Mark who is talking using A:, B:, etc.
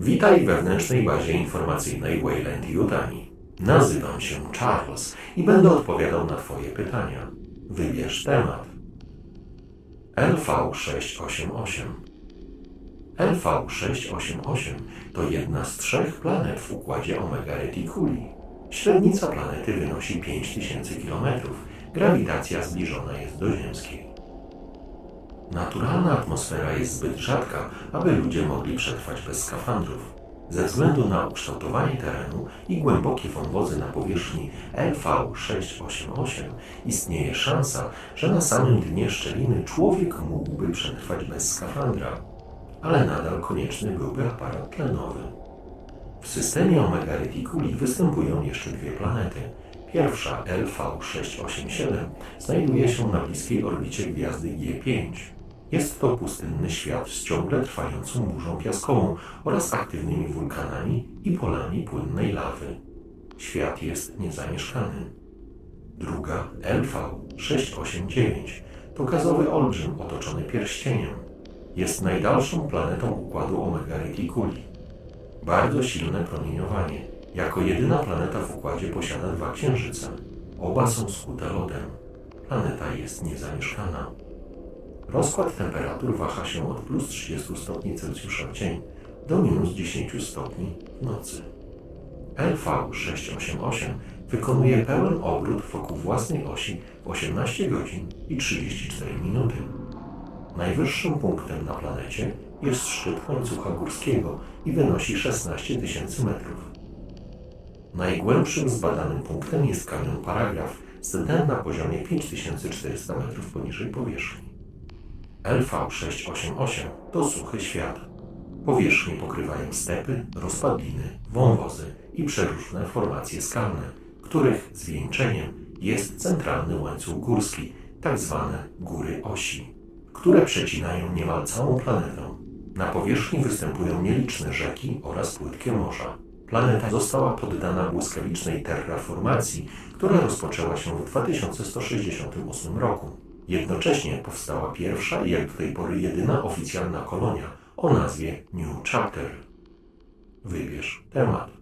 A: Witaj w wewnętrznej bazie informacyjnej Wayland Yutani. Nazywam się Charles i będę odpowiadał na Twoje pytania. Wybierz temat. LV688. LV688 to jedna z 3 planet w układzie Omega Reticuli. Średnica planety wynosi 5000 km. Grawitacja zbliżona jest do ziemskiej. Naturalna atmosfera jest zbyt rzadka, aby ludzie mogli przetrwać bez skafandrów. Ze względu na ukształtowanie terenu i głębokie wąwozy na powierzchni LV688 istnieje szansa, że na samym dnie szczeliny człowiek mógłby przetrwać bez skafandra, ale nadal konieczny byłby aparat tlenowy. W systemie Omega Reticuli występują jeszcze 2 planety. Pierwsza, LV687, znajduje się na bliskiej orbicie gwiazdy G5. Jest to pustynny świat z ciągle trwającą burzą piaskową oraz aktywnymi wulkanami i polami płynnej lawy. Świat jest niezamieszkany. Druga, LV689, to gazowy olbrzym otoczony pierścieniem. Jest najdalszą planetą układu Omega Reticuli. Bardzo silne promieniowanie. Jako jedyna planeta w układzie posiada 2 księżyce. Oba są skute lodem. Planeta jest niezamieszkana. Rozkład temperatur waha się od plus 30 stopni Celsjusza w dzień do minus 10 stopni w nocy. LV688 wykonuje pełen obrót wokół własnej osi w 18 godzin i 34 minuty. Najwyższym punktem na planecie jest szczyt łańcucha górskiego i wynosi 16 000 metrów. Najgłębszym zbadanym punktem jest kanion Paragraf z dnem na poziomie 5400 metrów poniżej powierzchni. LV688 to suchy świat. Powierzchnię pokrywają stepy, rozpadliny, wąwozy i przeróżne formacje skalne, których zwieńczeniem jest centralny łańcuch górski, tak zwane góry osi, które przecinają niemal całą planetę. Na powierzchni występują nieliczne rzeki oraz płytkie morza. Planeta została poddana błyskawicznej terraformacji, która rozpoczęła się w 2168 roku. Jednocześnie powstała pierwsza i jak do tej pory jedyna oficjalna kolonia o nazwie New Chapter. Wybierz temat.